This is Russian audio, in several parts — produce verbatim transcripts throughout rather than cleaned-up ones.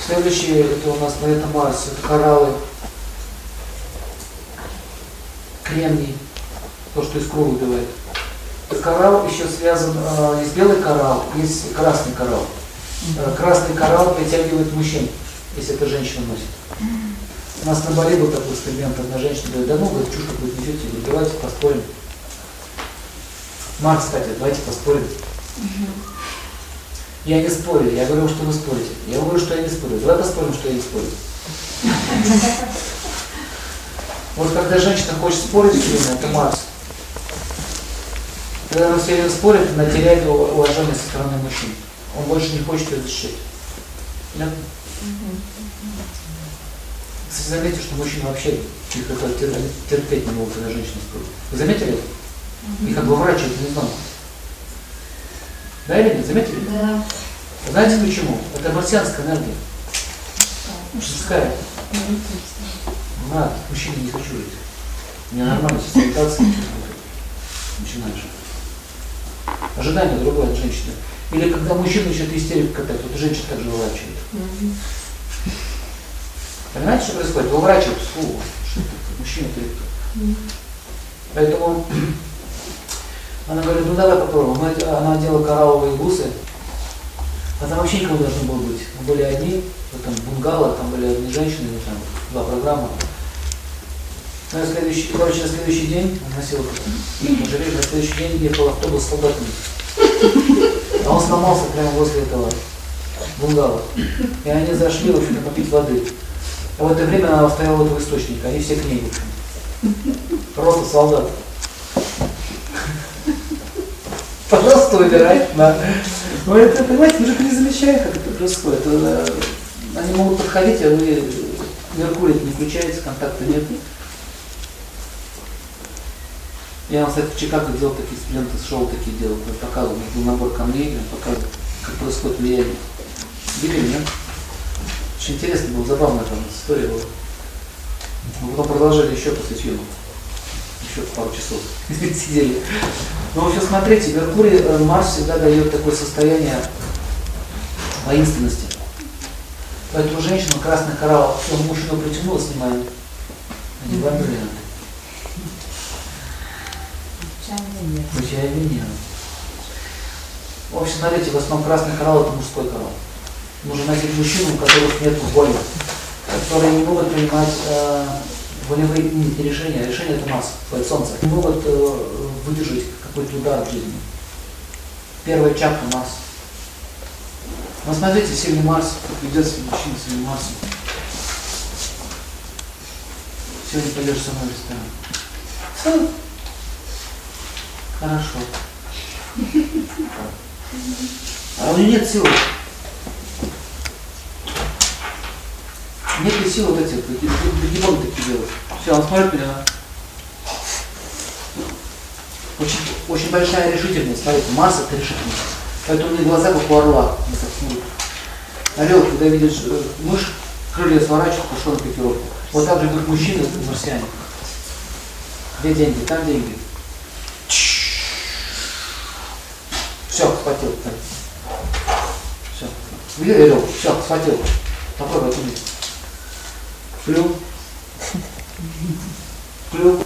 Следующее, это у нас планета Марс, это кораллы, кремний, то, что из крови убивает. Коралл еще связан, э, есть белый коралл, есть красный коралл. Э, красный коралл притягивает мужчин, если это женщина носит. У нас на Бали был такой эксперимент, одна женщина говорит, да ну, вы чушь какую-то несете, давайте поспорим. Марк, кстати, давайте поспорим. Я не спорю, я говорю, что вы спорите. Я говорю, что я не спорю. Давай поспорим, что я не спорю. Вот когда женщина хочет спорить с людьми, это Марс. Когда она все время спорит, она теряет уважение со стороны мужчин. Он больше не хочет ее защищать. Понятно? Кстати, заметьте, что мужчины вообще их это терпеть не могут, когда женщина спорит. Вы заметили это? Их обворачивают наизнанку. Да или нет? Заметили? Да. Знаете почему? Это марсианская энергия. Мужская. Да, мужчине не хочу жить. Мне нормально сосредотаться, начинаешь. Ожидание другое от женщины. Или когда мужчина начинает истерику катать, вот женщина также выворачивает. Mm-hmm. Понимаете, что происходит? Выворачивают слово. Что это? Мужчина-то это. Mm-hmm. Поэтому она говорит, ну давай попробуем. Мы, она одела коралловые бусы. А там вообще никого не должно было быть. Мы были одни, в этом бунгало, там были одни женщины, там два программы. На следующий, короче, на следующий день она носила как-то, на следующий день ехал автобус с солдатами. А он сломался прямо возле этого бунгало. И они зашли, в общем-то, попить воды. А в это время она стояла у этого источника, они все к ней. Просто солдат. Пожалуйста, выбирай. Да. Но это, понимаете, вы же не замечаете, как это происходит. Они могут подходить, а вы Меркурий не включается, контакта нет. Я, кстати, в Чикаго делал такие эксперименты, шоу такие делал, показывал, был набор камней, показывал, как происходит влияние. Видели, нет? Очень интересно было, забавная там история была. Мы потом продолжали еще после фильма. Еще пару часов сидели. Ну, в общем, смотрите, Меркурий, Марс всегда дает такое состояние воинственности. Поэтому женщина, красный коралл, все, мужчину притянула, снимаем. Надеваем бриллианты. Включая Венеру. В общем, смотрите, в основном красный коралл это мужской коралл. Нужно носить мужчину, у которых нет воли, которые не могут принимать э, волевые решения. Решение это Марс, это Солнце. Не могут э, выдержать какой-то удар в жизни. Первая чакра Марс. Но смотрите, сильный Марс, как ведет себя мужчина с сильным Марсом. Сегодня пойдешь со мной в ресторан. Хорошо. А у нее нет силы. Нет ли силы вот этих, гибоны такие делают. Все, он смотрит меня. Очень, очень большая решительность. Смотрите, Марс это решительность. Поэтому у них глаза как у орла. Орел, когда видишь мышь, крылья сворачивают, пошел на пикировку. Вот так же, как мужчины, марсиане. Где деньги? Там деньги. Все, схватил. Все. Видели, Орел? Все, схватил. Попробуй отменить. Плю. Плю.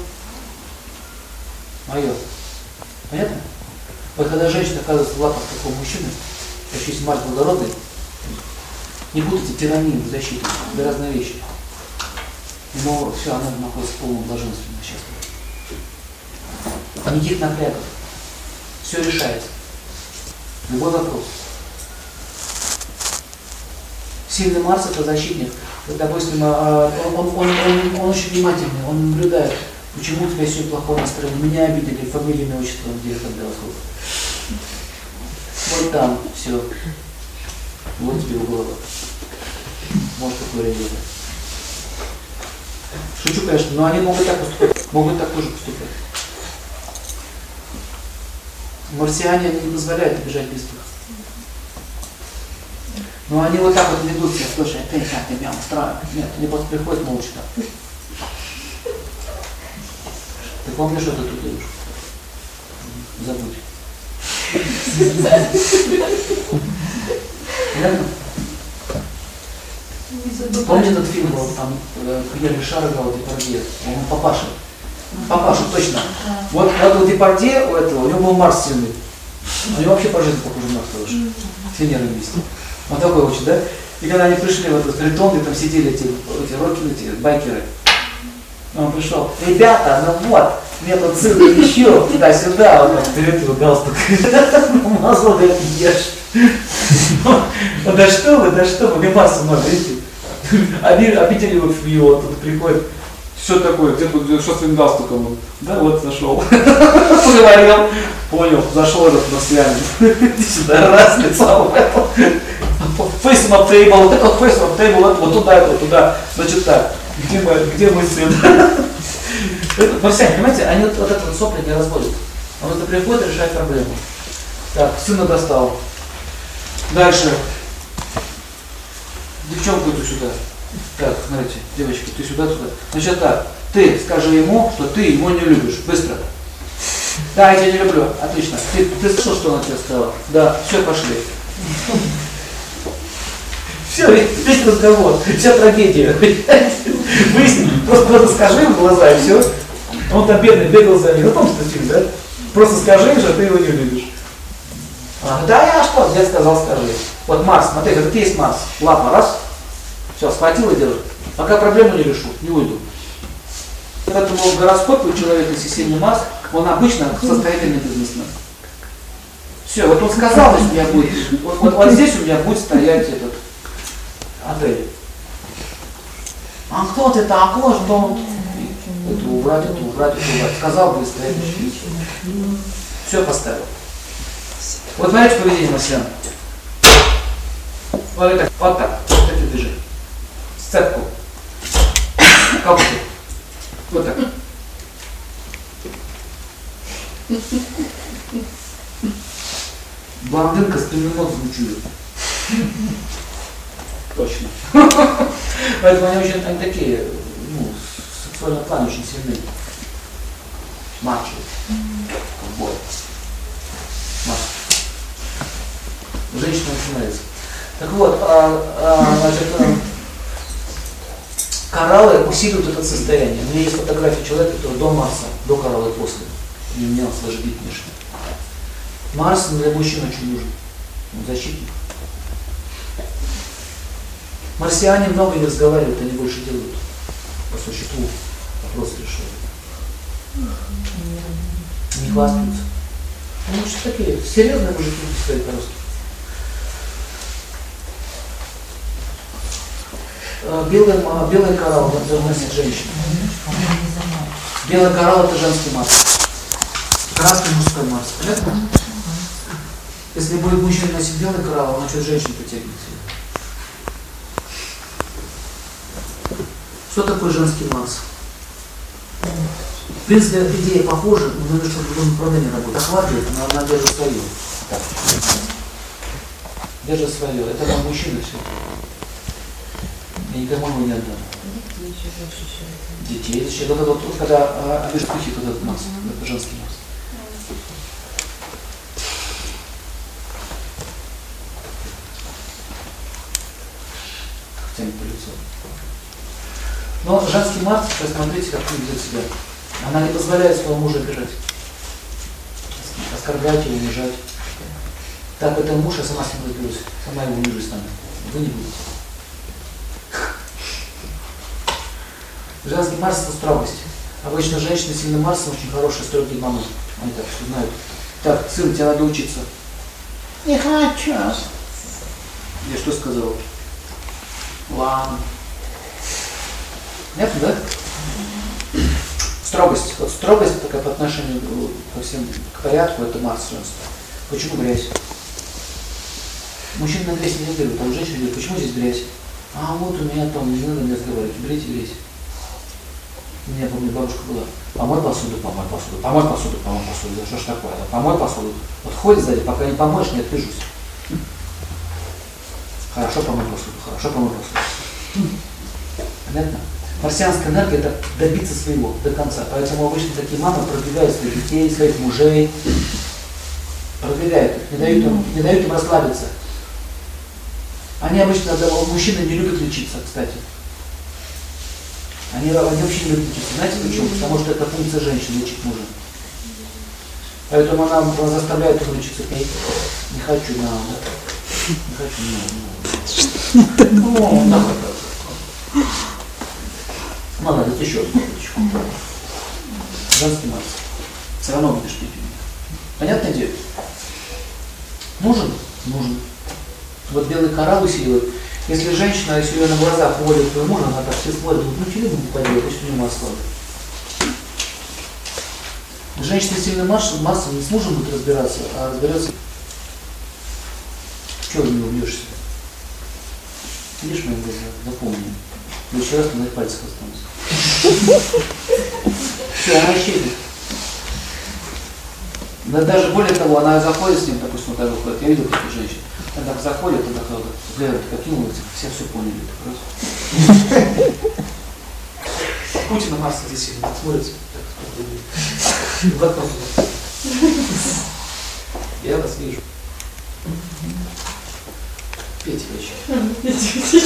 Мое. Понятно? Вот когда женщина оказывается в лапах такого мужчины, еще есть Марс благородный, не путайте тиранию, защиту. Это разные вещи. Но все, она находится в полном блаженстве. Никаких напрягов. Все решается. Любой вопрос. Сильный Марс это защитник. Вот, допустим, он, он, он, он, он очень внимательный, он наблюдает, почему у тебя сегодня плохое настроение, меня обидели, фамилия, имя, отчество, где когда вокруг. Вот там, все. Вот тебе в голову. Может такое реагировать. Шучу, конечно, но они могут так поступать, могут так тоже поступать. Марсиане не позволяют обижать близких. Но они вот так вот ведут себя, слушай, ты как ты меня устраиваешь? Нет, они просто приходят молча так. Ты помнишь, что ты тут делаешь? Забудь. Понятно? Помните этот фильм, вот, там Пьер Ришар играл Депардье, он папаша. Папаша, точно. Вот, вот у Депардье, у этого, у него был Марс сильный. У него вообще по жизни похоже на Марса тоже. С Венерой вместе. Он такой очень, да? И когда они пришли в этот ритон, где там сидели эти, эти рокеры, эти байкеры, он пришел: ребята, ну вот, мне тут сын еще туда-сюда, вот так вперед его галстук. Мазал, говорит, ешь. Да что вы, да что вы, мне Марса много, видите? Обидели его, тут приходит. Что такое? Где тут, что с твоим галстуком? Да вот, зашел. Поговорил, понял, зашел этот марсианин. Иди сюда, раз, лицо. Face on table, вот это вот face on table, вот туда, это вот туда. Значит так, где мой, где мой сын? Марсиане, понимаете, они вот, вот это вот сопли не разводят. Он это приходит и решает проблему. Так, сына достал. Дальше. Девчонку эту сюда. Так, смотрите, девочка, ты сюда, туда. Значит так, ты скажи ему, что ты его не любишь. Быстро. Да, я тебя не люблю. Отлично. Ты, ты слышал, что она тебе сказала? Да, все, пошли. Все, весь разговор, вся трагедия. Выясни, просто, просто скажи ему в глаза и все. Он там бедный бегал за ним. Ну помните этот фильм, да? Просто скажи, что ты его не любишь. А, да, я что? Дед сказал, скажи. Вот Марс, смотри, это есть Марс. Лапа, раз. Все, схватил и держит. Пока проблему не решу, не уйду. Поэтому в гороскопе у человека, если сильный Марс, он обычно состоятельный бизнесмен. Все, вот он сказал, что у меня будет, вот, вот, вот здесь у меня будет стоять этот отель. А кто ты такой, что это убрать, это убрать, это убрать. Сказал, будет стоять. Все поставил. Вот смотрите поведение марсиан. Вот так, вот так, вот так и движение. Сцепку. Как ты? Вот так. Блондинка с длинным носом чует. Точно. Поэтому они очень, они такие, ну, в сексуальном плане очень сильные. Мачо. Ковбой. Мачо. Женщина очень нравится. Так вот, а, а, значит, а, кораллы усиливают это состояние. У меня есть фотография человека, который до Марса, до коралла и после. Не менялся даже вид внешне. Марс для мужчин очень нужен. Он защитник. Марсиане много не разговаривают, они больше делают. По существу вопрос решают. Не хвастаются. Они что такие серьезные мужики стоят по-русски. Белый, белый коралл носит женщина. Белый коралл — это женский Марс. Красный мужской Марс. Понятно? Если будет мужчина носить белый коралл, он начнет женщину притягивать. Что такое женский Марс? В принципе, идея похожа, но немножко в другом направлении работает. Охватывает, но она держит свое. Так. Держит свое. Это вам мужчина все. Я никому его не отдам. Детей защищают. Вот это вот, вот когда а, обеспухит вот этот Марс, это женский Марс. Тянет по лицу. Но женский Марс, сейчас смотрите, как он ведет себя. Она не позволяет своего мужа обижать. Оскорблять его, унижать. Так это муж, я сама с ним разберусь. Сама его унижусь с нами. Вы не будете. Женский Марс — это строгость. Обычно женщины с сильным Марсом очень хорошие, строгие мамы. Они так все знают. Так, сын, тебе надо учиться. Не хочу. Я что сказал? Ладно. Понятно, да? Строгость. Вот строгость такая по отношению ко всем, к порядку, это Марс женство. Почему грязь? Мужчины на грязь не реагируют, а у женщин говорят, почему здесь грязь? А вот у меня там, не надо мне разговаривать, уберите грязь. У меня, помню, бабушка была, помой посуду, помой посуду, помой посуду, помой посуду. Да что ж такое? Да, помой посуду. Вот ходит сзади, пока не помоешь, не отпишусь. Хорошо помой посуду, хорошо помой посуду. Понятно? Марсианская энергия — это добиться своего до конца. Поэтому обычно такие мамы продвигают своих детей, своих мужей. Продвигают их, не дают им, не дают им расслабиться. Они Они обычно, да, мужчины не любят лечиться, кстати. Они, они вообще не любят лечиться. Знаете почему? Потому что это функция женщины лечить мужа. Поэтому она заставляет его лечиться. Пей. Не хочу, на, да. Не хочу, не надо. Ну, да. Ладно, это еще одну минуточку. Женский Марс. Все равно будешь пить. Понятная идея? Нужен? Нужен. Вот белый коралл усиливает. Если женщина, если ее на глазах уводит твоего мужа, она так все смотрит, ну чего не пойдет, если у нее Марс слабый. Женщина с сильным Марсом, Марсом не с мужем будет разбираться, а разбираться. Чего в него бьешься? Видишь мои глаза? Запомни. В следующий раз на моих пальцах останутся. Все, она исчезнет. Да даже более того, она заходит с ним, допустим, вот так выходит. Я видел таких женщин. Она так заходит, она так взгляд каким все все поняли. Путин и Марс здесь сильно смотрится. Я вас вижу. Пейте вечер.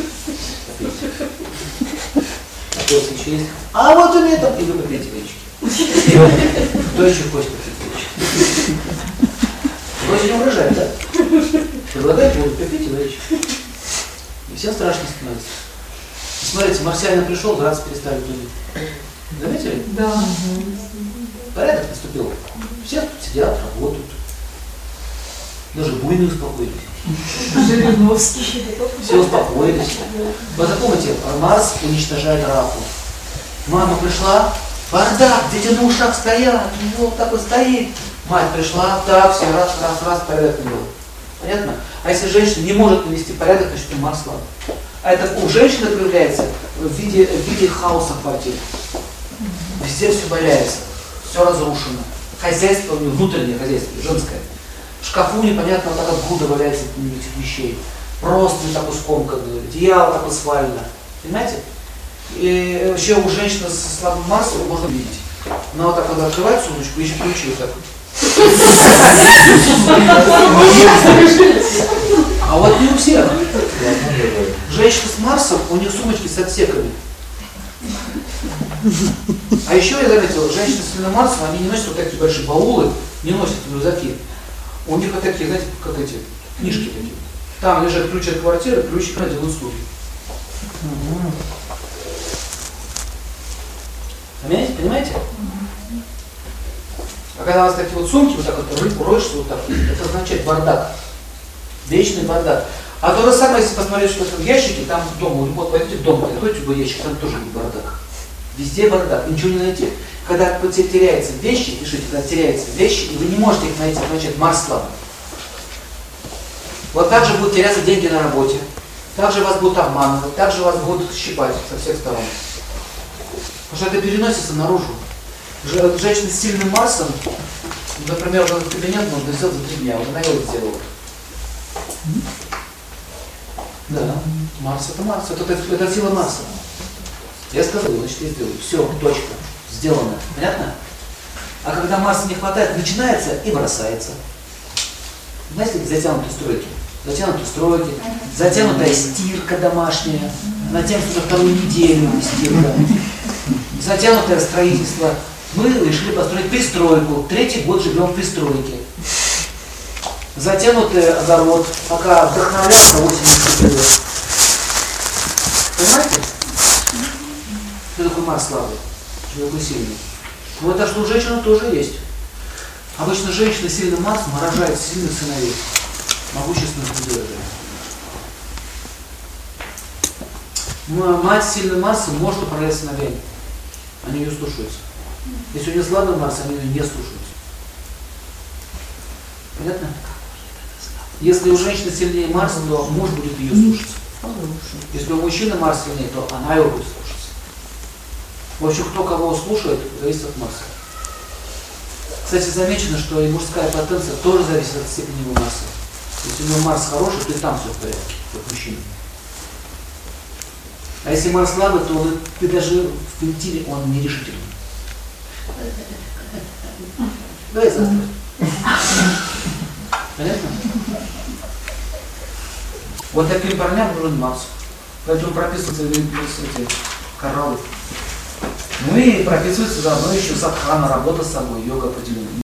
А после еще есть. А вот у меня там и вы попейте вечер. Кто еще хочет попить вечер? Вроде не угрожает, да? Предлагайте, вот попейте вечер. И всем страшно становится. Смотрите, марсианин пришел, драться перестали думать. Заметили? Да. Порядок наступил. Все сидят, работают. Даже буйные успокоились. Жириновский. Все успокоились. Вы запомните, Марс уничтожает Раху. Мама пришла, бардак, дети на ушах стоят, вот так вот стоит. Мать пришла, так, все, раз, раз, раз, порядок не было. Понятно? А если женщина не может навести порядок, значит у Марс слаб. А это у женщины проявляется в виде, в виде хаоса в квартире. Везде все валяется, все разрушено. Хозяйство у нее, внутреннее хозяйство, женское. В шкафу непонятно, вот так вот груда валяется этих вещей. Просто не так скомканно, одеяло так свалено. Понимаете? И вообще у женщины со слабым Марсом можно видеть. Она вот так вот открывает сумочку, ищет ключи вот так. А вот не у всех. Женщины с Марсом, у них сумочки с отсеками. А еще я заметил, женщины с сильным Марсом, они не носят вот такие большие баулы, не носят рюкзаки. У них вот такие, знаете, как эти книжки такие. Там лежат ключи от квартиры, ключи на делают услуги. Понимаете? Понимаете? А когда у вас такие вот сумки, вот так вот рыбу роешься, вот так, это означает бардак. Вечный бардак. А то же самое, если посмотреть, что в ящике, там дома, вот пойдете в дом, откройте любой ящик, там тоже будет бардак. Везде бардак, ничего не найти. Когда теряются вещи, пишите, когда теряются вещи, и вы не можете их найти, значит Марс слаб. Вот так же будут теряться деньги на работе, так же вас будут обманывать, так же вас будут щипать со всех сторон. Потому что это переносится наружу. Женщина с сильным Марсом, например, в этот кабинет можно сделать за три дня, вот она его сделала. Да, Марс это Марс, это, это, это сила Марса. Я сказал, значит я сделаю. Все, точка. Сделано. Понятно? А когда Марса не хватает, начинается и бросается. Знаете, затянутые стройки? Затянутые стройки, затянутая стирка домашняя, натянута за вторую неделю стирка, затянутое строительство. Мы решили построить пристройку. Третий год живем в пристройке. Затянутый огород, пока вдохновлялся осенью. Понимаете? Что такой Марс слабый? Что такой сильный? Вот так что у женщины тоже есть. Обычно женщина с сильным Марсом рожает сильных сыновей, могущественных людей. Мать с сильным Марсом может управлять сыновьями. Они ее слушаются. Если у нее слабый Марс, они ее не слушаются. Понятно? Если у женщины сильнее Марса, то муж будет ее слушаться. Если у мужчины Марс сильнее, то она его будет слушаться. В общем, кто кого слушает, зависит от Марса. Кстати, замечено, что и мужская потенция тоже зависит от степени его Марса. Если у него Марс хороший, то и там все в порядке, как мужчина. А если Марс слабый, то вы, ты даже в интиме он нерешительный. Давай завтра. Понятно? Вот таким парням нужен Марс. Поэтому прописываются эти кораллы. Ну и прописывается заодно еще садхана, работа с собой, йога определенная.